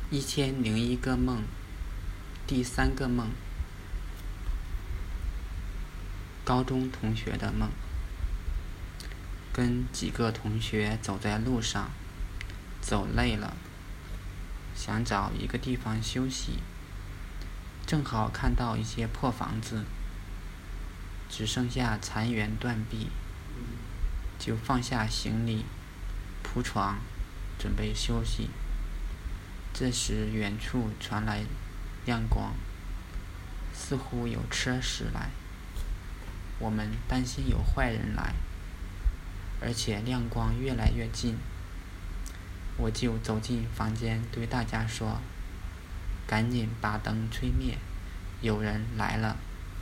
1001个梦，第3个梦，高中同学的梦。跟几个同学走在路上，走累了，想找一个地方休息，正好看到一些破房子，只剩下残垣断壁，就放下行李，铺床，准备休息。这时远处传来亮光，似乎有车驶来，我们担心有坏人来，而且亮光越来越近。我就走进房间，对大家说：“赶紧把灯吹灭，有人来了。”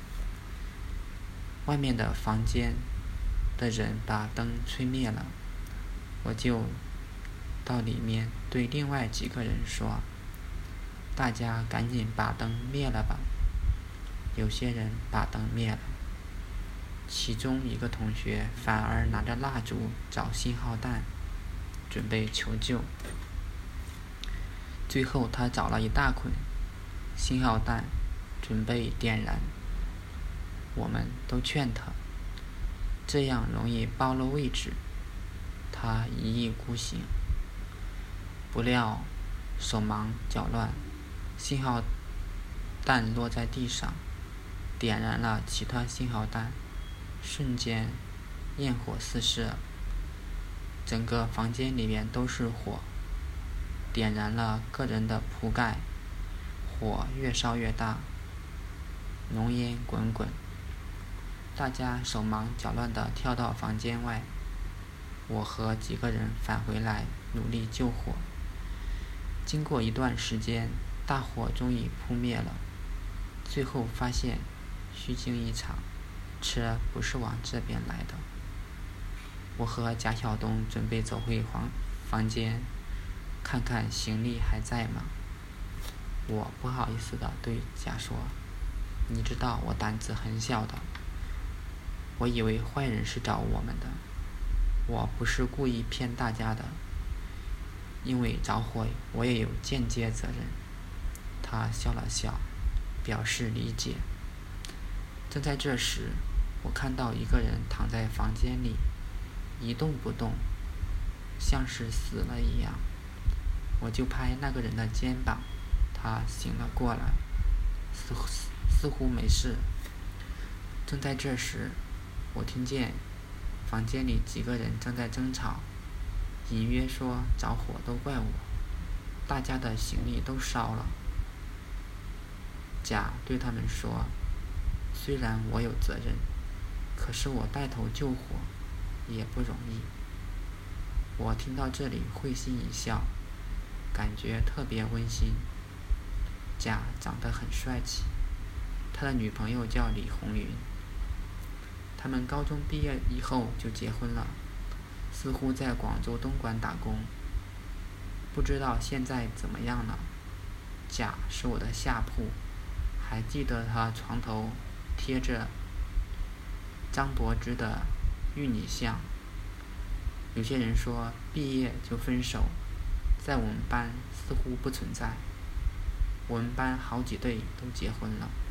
外面的房间的人把灯吹灭了，我就到里面对另外几个人说：“大家赶紧把灯灭了吧。”有些人把灯灭了，其中一个同学反而拿着蜡烛找信号弹，准备求救。最后他找了一大捆信号弹，准备点燃。我们都劝他，这样容易暴露位置。他一意孤行，不料手忙脚乱，信号弹落在地上，点燃了其他信号弹，瞬间焰火四射，整个房间里面都是火，点燃了个人的铺盖，火越烧越大，浓烟滚滚，大家手忙脚乱地跳到房间外。我和几个人返回来努力救火。经过一段时间，大火终于扑灭了。最后发现虚惊一场，车不是往这边来的。我和贾晓东准备走回房间，看看行李还在吗？我不好意思地对贾说：“你知道我胆子很小的，我以为坏人是找我们的，我不是故意骗大家的，因为着火我也有间接责任。”他笑了笑，表示理解。正在这时，我看到一个人躺在房间里，一动不动，像是死了一样。我就拍那个人的肩膀，他醒了过来，似乎没事。正在这时，我听见房间里几个人正在争吵，隐约说着火都怪我，大家的行李都烧了。甲对他们说：“虽然我有责任，可是我带头救火也不容易。”我听到这里会心一笑，感觉特别温馨。甲长得很帅气，他的女朋友叫李红云，他们高中毕业以后就结婚了，似乎在广州东莞打工，不知道现在怎么样了。甲是我的下铺，还记得他床头贴着张柏芝的玉女像。有些人说毕业就分手，在我们班似乎不存在，我们班好几对都结婚了。